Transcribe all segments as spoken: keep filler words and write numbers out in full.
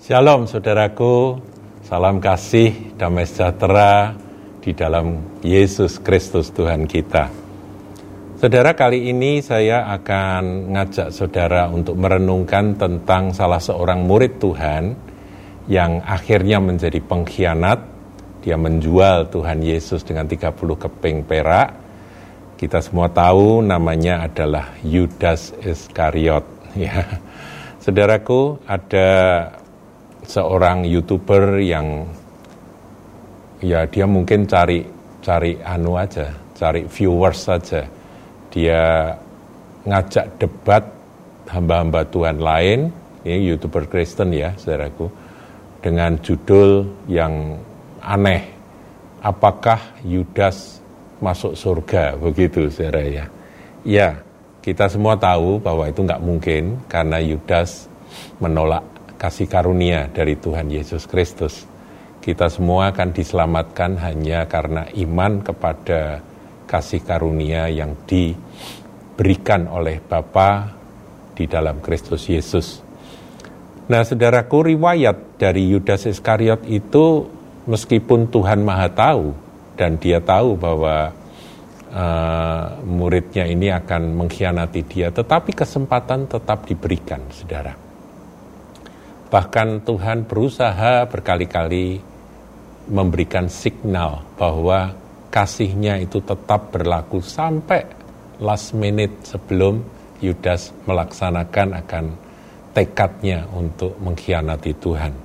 Shalom saudaraku, salam kasih, damai sejahtera di dalam Yesus Kristus Tuhan kita. Saudara, kali ini saya akan ngajak saudara untuk merenungkan tentang salah seorang murid Tuhan yang akhirnya menjadi pengkhianat. Dia menjual Tuhan Yesus dengan tiga puluh keping perak. Kita semua tahu namanya adalah Yudas Iskariot. Ya. Saudaraku, ada seorang YouTuber yang ya dia mungkin cari cari anu aja, cari viewers saja. Dia ngajak debat hamba-hamba Tuhan lain, ini YouTuber Kristen ya, saudaraku, dengan judul yang aneh. Apakah Yudas masuk surga? Begitu, saudara ya. Ya, kita semua tahu bahwa itu nggak mungkin karena Yudas menolak kasih karunia dari Tuhan Yesus Kristus. Kita semua akan diselamatkan hanya karena iman kepada kasih karunia yang diberikan oleh Bapa di dalam Kristus Yesus. Nah, saudaraku, riwayat dari Yudas Iskariot itu meskipun Tuhan Maha tahu dan dia tahu bahwa uh, muridnya ini akan mengkhianati dia, tetapi kesempatan tetap diberikan, saudara. Bahkan Tuhan berusaha berkali-kali memberikan signal bahwa kasih-Nya itu tetap berlaku sampai last minute sebelum Yudas melaksanakan akan tekadnya untuk mengkhianati Tuhan.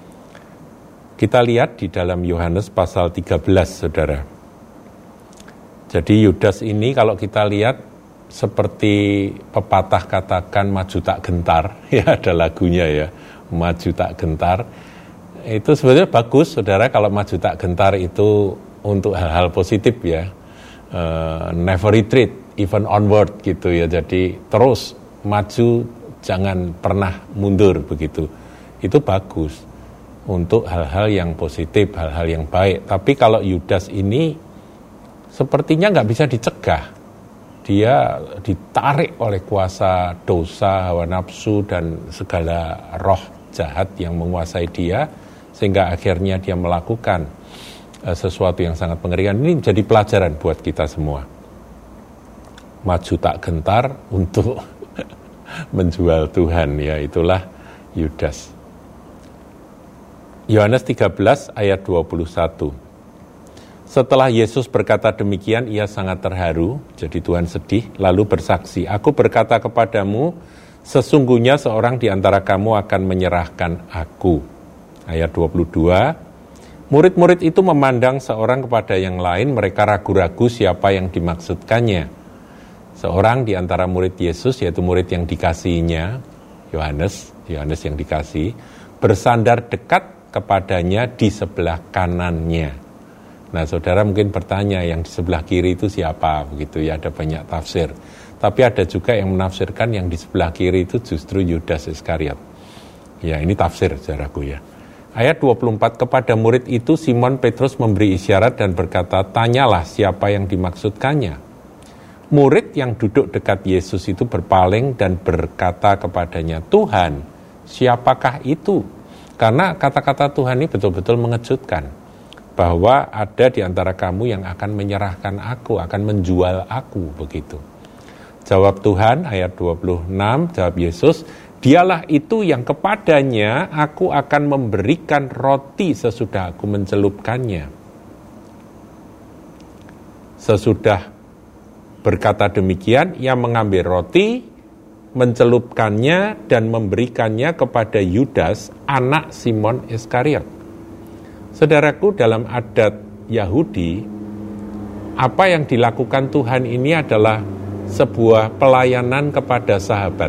Kita lihat di dalam Yohanes pasal tiga belas, saudara. Jadi Yudas ini kalau kita lihat seperti pepatah katakan maju tak gentar, ya ada lagunya ya. Maju tak gentar, itu sebenarnya bagus, saudara, kalau maju tak gentar itu untuk hal-hal positif ya, uh, never retreat, even onward gitu ya, jadi terus maju, jangan pernah mundur begitu, itu bagus untuk hal-hal yang positif, hal-hal yang baik. Tapi kalau Yudas ini sepertinya nggak bisa dicegah, dia ditarik oleh kuasa dosa, hawa nafsu, dan segala roh jahat yang menguasai dia, sehingga akhirnya dia melakukan uh, sesuatu yang sangat mengerikan. Ini jadi pelajaran buat kita semua. Maju tak gentar untuk menjual Tuhan, ya itulah Yudas. Yohanes tiga belas ayat dua puluh satu. Setelah Yesus berkata demikian, ia sangat terharu, jadi Tuhan sedih, lalu bersaksi, aku berkata kepadamu, sesungguhnya seorang di antara kamu akan menyerahkan aku. Ayat dua puluh dua, murid-murid itu memandang seorang kepada yang lain, mereka ragu-ragu siapa yang dimaksudkannya. Seorang di antara murid Yesus, yaitu murid yang dikasihinya, Yohanes, Yohanes yang dikasih, bersandar dekat kepadanya di sebelah kanannya. Nah, saudara mungkin bertanya, yang di sebelah kiri itu siapa? Begitu ya, ada banyak tafsir. Tapi ada juga yang menafsirkan yang di sebelah kiri itu justru Yudas Iskariot. Ya, ini tafsir, saudaraku ya. Ayat dua puluh empat, kepada murid itu Simon Petrus memberi isyarat dan berkata, tanyalah siapa yang dimaksudkannya. Murid yang duduk dekat Yesus itu berpaling dan berkata kepadanya, Tuhan, siapakah itu? Karena kata-kata Tuhan ini betul-betul mengejutkan. Bahwa ada di antara kamu yang akan menyerahkan aku, akan menjual aku, begitu. Jawab Tuhan, ayat dua puluh enam, jawab Yesus, dialah itu yang kepadanya aku akan memberikan roti sesudah aku mencelupkannya. Sesudah berkata demikian, ia mengambil roti, mencelupkannya dan memberikannya kepada Yudas, anak Simon Iskariot. Saudaraku, dalam adat Yahudi, apa yang dilakukan Tuhan ini adalah sebuah pelayanan kepada sahabat.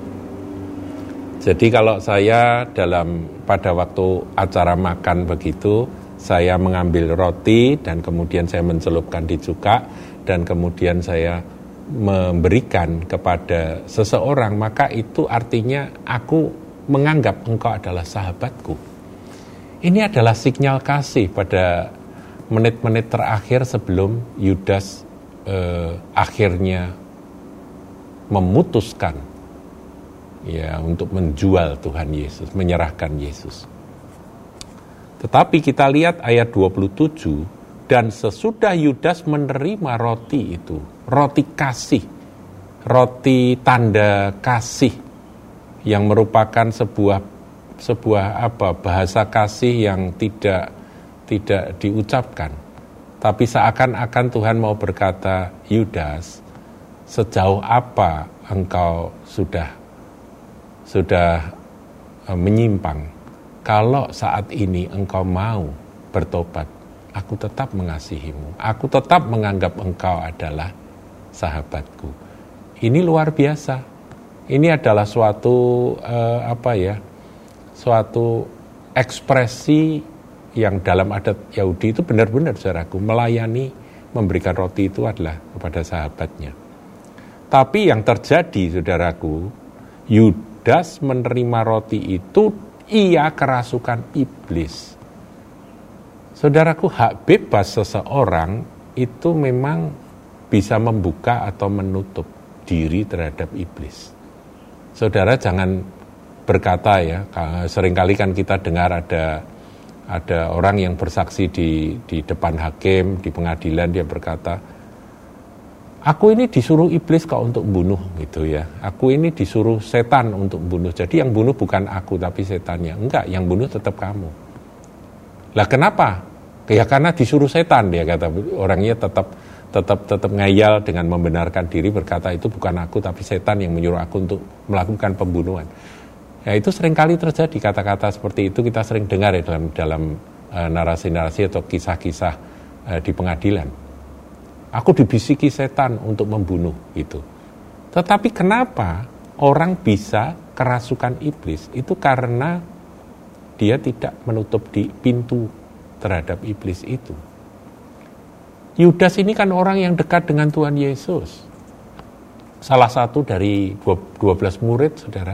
Jadi kalau saya dalam pada waktu acara makan begitu, saya mengambil roti dan kemudian saya mencelupkan di cuka dan kemudian saya memberikan kepada seseorang, maka itu artinya aku menganggap engkau adalah sahabatku. Ini adalah sinyal kasih pada menit-menit terakhir sebelum Yudas eh, akhirnya memutuskan ya untuk menjual Tuhan Yesus, menyerahkan Yesus. Tetapi kita lihat ayat dua puluh tujuh, dan sesudah Yudas menerima roti itu, roti kasih, roti tanda kasih yang merupakan sebuah sebuah apa bahasa kasih yang tidak tidak diucapkan, tapi seakan-akan Tuhan mau berkata, Yudas, sejauh apa engkau sudah sudah menyimpang? Kalau saat ini engkau mau bertobat, aku tetap mengasihimu. Aku tetap menganggap engkau adalah sahabatku. Ini luar biasa. Ini adalah suatu eh, apa ya? Suatu ekspresi yang dalam adat Yahudi itu benar-benar, saudaraku, melayani, memberikan roti itu adalah kepada sahabatnya. Tapi yang terjadi, saudaraku, Yudas menerima roti itu, ia kerasukan iblis. Saudaraku, hak bebas seseorang itu memang bisa membuka atau menutup diri terhadap iblis. Saudara jangan berkata ya, seringkali kan kita dengar ada ada orang yang bersaksi di di depan hakim, di pengadilan, dia berkata, aku ini disuruh iblis kok untuk bunuh gitu ya. Aku ini disuruh setan untuk bunuh. Jadi yang bunuh bukan aku tapi setannya. Enggak, yang bunuh tetap kamu. Lah kenapa? Ya karena disuruh setan, dia kata. Orangnya tetap tetap tetap ngayal dengan membenarkan diri, berkata itu bukan aku tapi setan yang menyuruh aku untuk melakukan pembunuhan. Ya itu seringkali terjadi, kata-kata seperti itu kita sering dengar ya dalam dalam uh, narasi-narasi atau kisah-kisah uh, di pengadilan. Aku dibisiki setan untuk membunuh itu. Tetapi kenapa orang bisa kerasukan iblis? Itu karena dia tidak menutup di pintu terhadap iblis itu. Yudas ini kan orang yang dekat dengan Tuhan Yesus. Salah satu dari dua belas murid, saudara.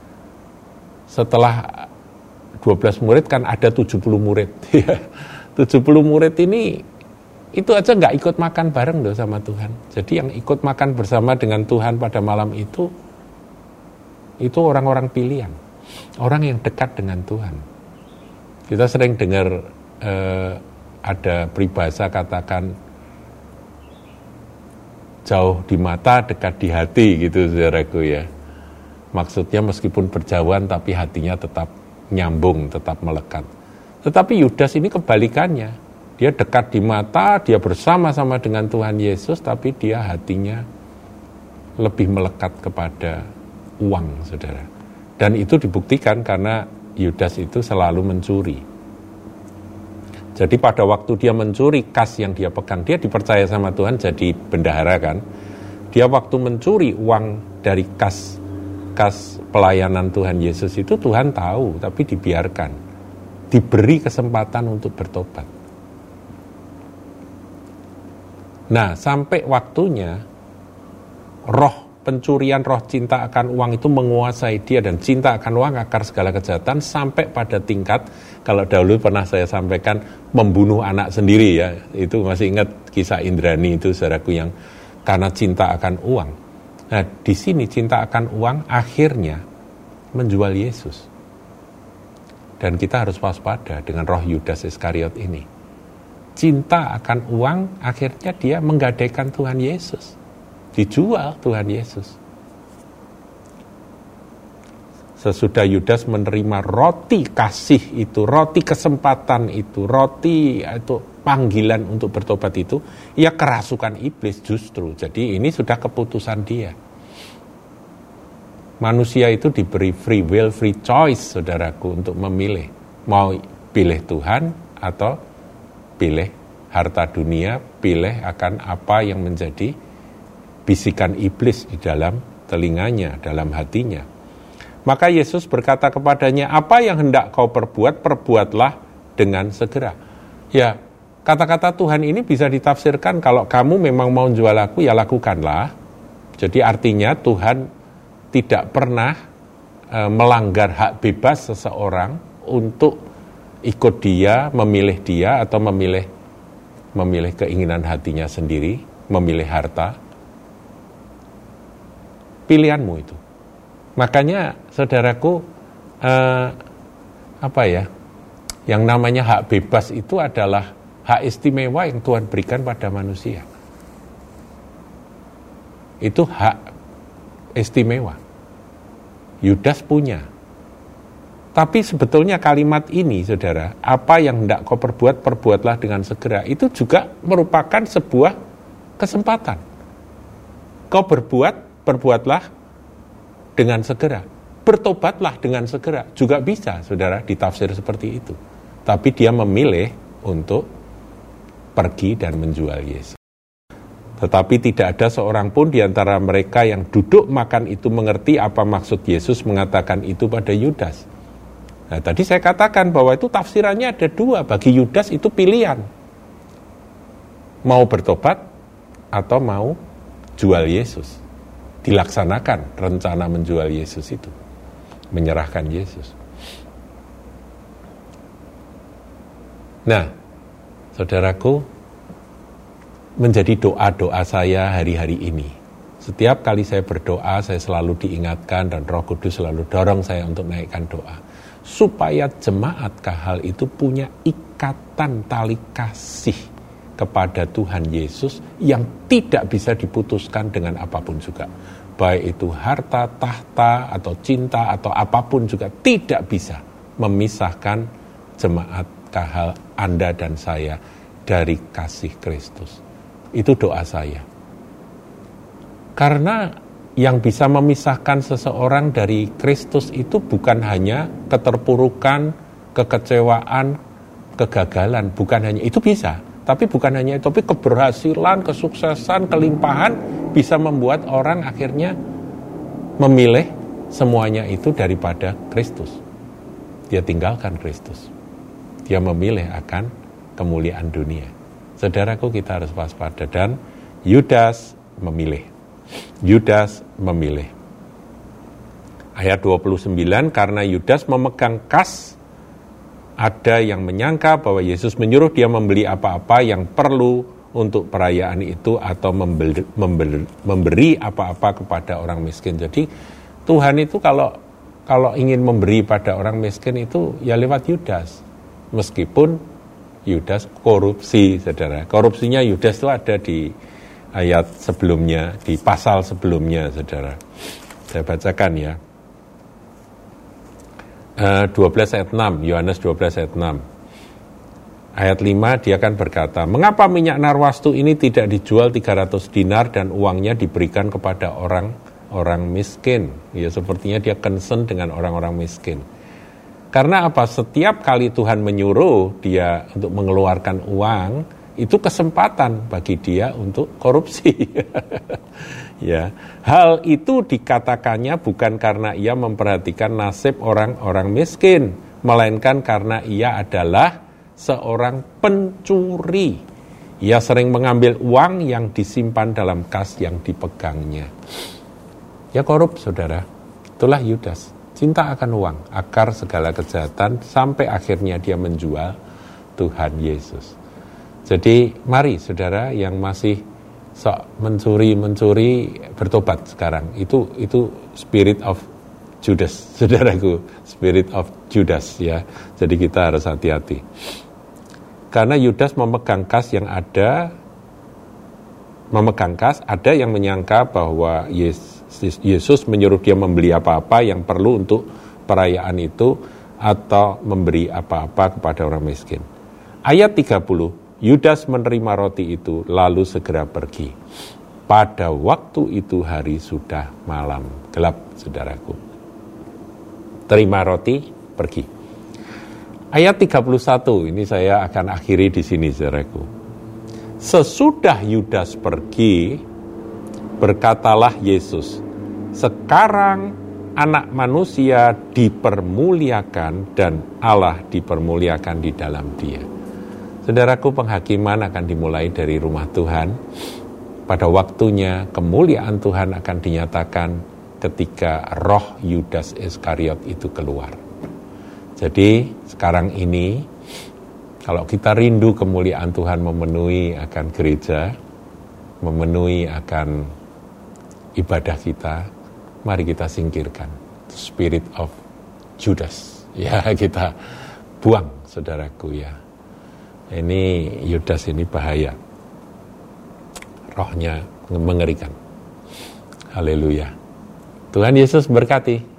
Setelah dua belas murid kan ada tujuh puluh murid. tujuh puluh murid ini itu aja nggak ikut makan bareng loh sama Tuhan. Jadi yang ikut makan bersama dengan Tuhan pada malam itu, itu orang-orang pilihan. Orang yang dekat dengan Tuhan. Kita sering dengar eh, ada peribahasa katakan, jauh di mata, dekat di hati gitu, saudaraku ya. Maksudnya meskipun berjauhan tapi hatinya tetap nyambung, tetap melekat. Tetapi Yudas ini kebalikannya. Dia dekat di mata, dia bersama-sama dengan Tuhan Yesus, tapi dia hatinya lebih melekat kepada uang, saudara. Dan itu dibuktikan karena Yudas itu selalu mencuri. Jadi pada waktu dia mencuri kas yang dia pegang, dia dipercaya sama Tuhan jadi bendahara kan. Dia waktu mencuri uang dari kas kas pelayanan Tuhan Yesus itu, Tuhan tahu, tapi dibiarkan. Diberi kesempatan untuk bertobat. Nah, sampai waktunya roh pencurian, roh cinta akan uang itu menguasai dia, dan cinta akan uang akar segala kejahatan, sampai pada tingkat, kalau dahulu pernah saya sampaikan, membunuh anak sendiri ya. Itu masih ingat kisah Indrani itu, saudaraku, yang karena cinta akan uang. Nah, di sini cinta akan uang akhirnya menjual Yesus. Dan kita harus waspada dengan roh Yudas Iskariot ini. Cinta akan uang akhirnya dia menggadaikan Tuhan Yesus. Dijual Tuhan Yesus. Sesudah Yudas menerima roti kasih itu, roti kesempatan itu, roti itu panggilan untuk bertobat itu, ia kerasukan iblis justru. Jadi ini sudah keputusan dia. Manusia itu diberi free will, free choice, saudaraku, untuk memilih. Mau pilih Tuhan atau pilih harta dunia, pilih akan apa yang menjadi bisikan iblis di dalam telinganya, dalam hatinya. Maka Yesus berkata kepadanya, apa yang hendak kau perbuat, perbuatlah dengan segera. Ya, kata-kata Tuhan ini bisa ditafsirkan, kalau kamu memang mau jual aku, ya lakukanlah. Jadi artinya Tuhan tidak pernah e, melanggar hak bebas seseorang untuk ikut dia, memilih dia, atau memilih memilih keinginan hatinya sendiri, memilih harta. Pilihanmu itu. Makanya saudaraku, eh, apa ya, yang namanya hak bebas itu adalah hak istimewa yang Tuhan berikan pada manusia. Itu hak istimewa. Yudas punya. Tapi sebetulnya kalimat ini, saudara, apa yang hendak kau perbuat, perbuatlah dengan segera. Itu juga merupakan sebuah kesempatan. Kau berbuat, perbuatlah dengan segera. Bertobatlah dengan segera. Juga bisa, saudara, ditafsir seperti itu. Tapi dia memilih untuk pergi dan menjual Yesus. Tetapi tidak ada seorang pun di antara mereka yang duduk makan itu mengerti apa maksud Yesus mengatakan itu pada Yudas. Nah, tadi saya katakan bahwa itu tafsirannya ada dua. Bagi Yudas itu pilihan. Mau bertobat atau mau jual Yesus. Dilaksanakan rencana menjual Yesus itu. Menyerahkan Yesus. Nah, saudaraku, menjadi doa-doa saya hari-hari ini. Setiap kali saya berdoa, saya selalu diingatkan dan Roh Kudus selalu dorong saya untuk naikkan doa. Supaya jemaat K H L itu punya ikatan tali kasih kepada Tuhan Yesus yang tidak bisa diputuskan dengan apapun juga. Baik itu harta, tahta, atau cinta, atau apapun juga tidak bisa memisahkan jemaat K H L Anda dan saya dari kasih Kristus. Itu doa saya. Karena yang bisa memisahkan seseorang dari Kristus itu bukan hanya keterpurukan, kekecewaan, kegagalan, bukan hanya itu bisa, tapi bukan hanya itu, tapi keberhasilan, kesuksesan, kelimpahan bisa membuat orang akhirnya memilih semuanya itu daripada Kristus. Dia tinggalkan Kristus. Dia memilih akan kemuliaan dunia. Saudaraku, kita harus waspada, dan Yudas memilih. Yudas memilih. Ayat dua puluh sembilan, karena Yudas memegang kas, ada yang menyangka bahwa Yesus menyuruh dia membeli apa-apa yang perlu untuk perayaan itu atau memberi, memberi, memberi apa-apa kepada orang miskin. Jadi Tuhan itu kalau kalau ingin memberi pada orang miskin itu ya lewat Yudas. Meskipun Yudas korupsi, saudara. Korupsinya Yudas itu ada di ayat sebelumnya, di pasal sebelumnya, saudara. Saya bacakan ya. Uh, dua belas ayat enam, Yohanes dua belas ayat enam. Ayat lima, dia kan berkata, mengapa minyak narwastu ini tidak dijual tiga ratus dinar dan uangnya diberikan kepada orang-orang miskin? Ya, sepertinya dia concern dengan orang-orang miskin. Karena apa? Setiap kali Tuhan menyuruh dia untuk mengeluarkan uang, itu kesempatan bagi dia untuk korupsi. Ya, hal itu dikatakannya bukan karena ia memperhatikan nasib orang-orang miskin, melainkan karena ia adalah seorang pencuri. Ia sering mengambil uang yang disimpan dalam kas yang dipegangnya. Ya, korup, saudara. Itulah Yudas. Cinta akan uang, akar segala kejahatan, sampai akhirnya dia menjual Tuhan Yesus. Jadi mari saudara yang masih sok mencuri-mencuri bertobat sekarang. Itu itu spirit of Judas, saudaraku, spirit of Judas ya. Jadi kita harus hati-hati. Karena Yudas memegang kas yang ada, memegang kas, ada yang menyangka bahwa Yesus, Yesus menyuruh dia membeli apa-apa yang perlu untuk perayaan itu atau memberi apa-apa kepada orang miskin. Ayat tiga puluh, Yudas menerima roti itu lalu segera pergi. Pada waktu itu hari sudah malam gelap, saudaraku. Terima roti, pergi. Ayat tiga puluh satu, ini saya akan akhiri di sini, saudaraku. Sesudah Yudas pergi, berkatalah Yesus, sekarang anak manusia dipermuliakan dan Allah dipermuliakan di dalam dia. Saudaraku, penghakiman akan dimulai dari rumah Tuhan. Pada waktunya kemuliaan Tuhan akan dinyatakan ketika roh Yudas Iskariot itu keluar. Jadi sekarang ini kalau kita rindu kemuliaan Tuhan memenuhi akan gereja, memenuhi akan ibadah kita, mari kita singkirkan spirit of Judas. Ya, kita buang, saudaraku ya. Ini Yudas ini bahaya. Rohnya mengerikan. Haleluya. Tuhan Yesus berkati.